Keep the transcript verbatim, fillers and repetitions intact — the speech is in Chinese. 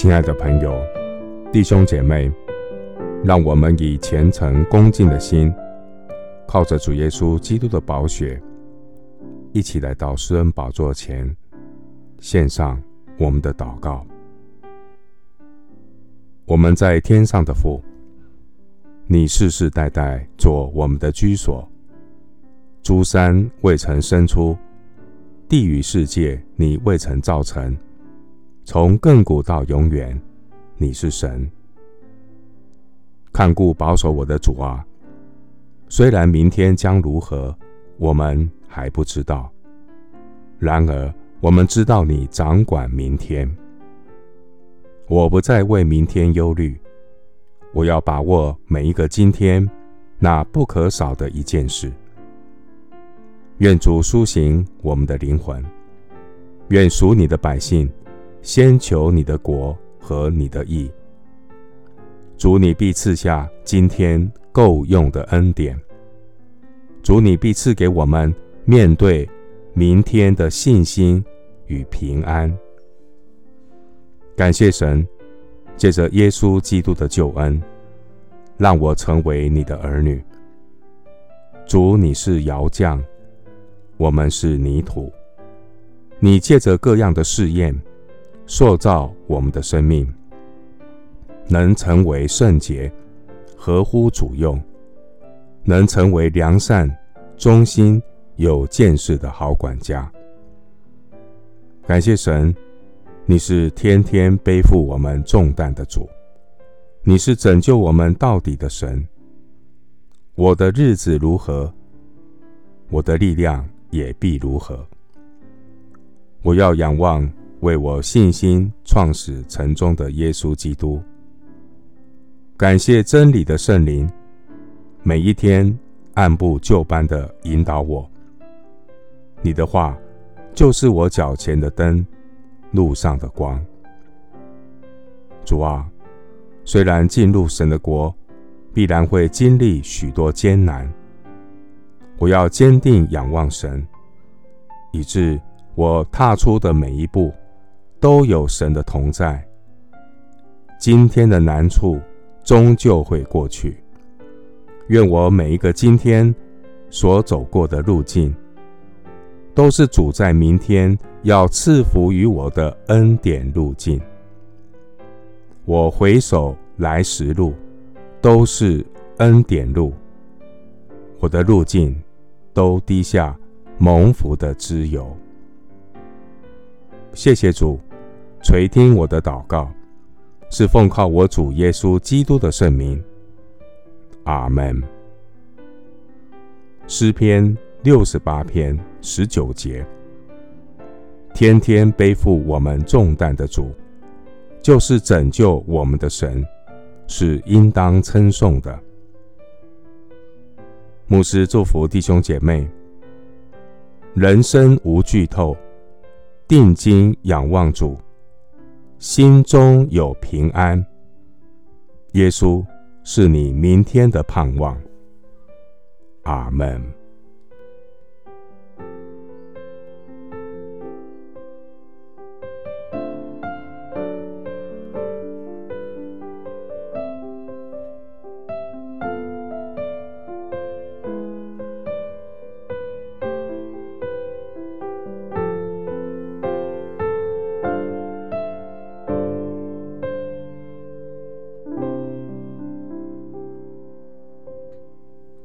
亲爱的朋友、弟兄姐妹，让我们以虔诚恭敬的心，靠着主耶稣基督的宝血，一起来到施恩宝座前，献上我们的祷告。我们在天上的父，你世世代代做我们的居所，诸山未曾生出，地与世界你未曾造成，从亘古到永远，你是神。看顾保守我的主啊，虽然明天将如何，我们还不知道，然而我们知道你掌管明天。我不再为明天忧虑，我要把握每一个今天那不可少的一件事。愿主苏醒我们的灵魂，愿属你的百姓先求你的国和你的义。主，你必赐下今天够用的恩典，主，你必赐给我们面对明天的信心与平安。感谢神，借着耶稣基督的救恩，让我成为你的儿女。主，你是窑匠，我们是泥土，你借着各样的试验塑造我们的生命，能成为圣洁，合乎主用，能成为良善、忠心、有见识的好管家。感谢神，你是天天背负我们重担的主，你是拯救我们到底的神。我的日子如何，我的力量也必如何。我要仰望为我信心创始成终的耶稣基督。感谢真理的圣灵，每一天按部就班地引导我。你的话就是我脚前的灯，路上的光。主啊，虽然进入神的国，必然会经历许多艰难，我要坚定仰望神，以致我踏出的每一步都有神的同在。今天的难处终究会过去，愿我每一个今天所走过的路径，都是主在明天要赐福于我的恩典路径。我回首来时路，都是恩典路，我的路径都滴下蒙福的脂油。谢谢主垂听我的祷告，是奉靠我主耶稣基督的圣名。阿们。诗篇六十八篇十九节，天天背负我们重担的主，就是拯救我们的神，是应当称颂的。牧师祝福弟兄姐妹，人生无剧透，定睛仰望主，心中有平安。耶稣是你明天的盼望。阿们。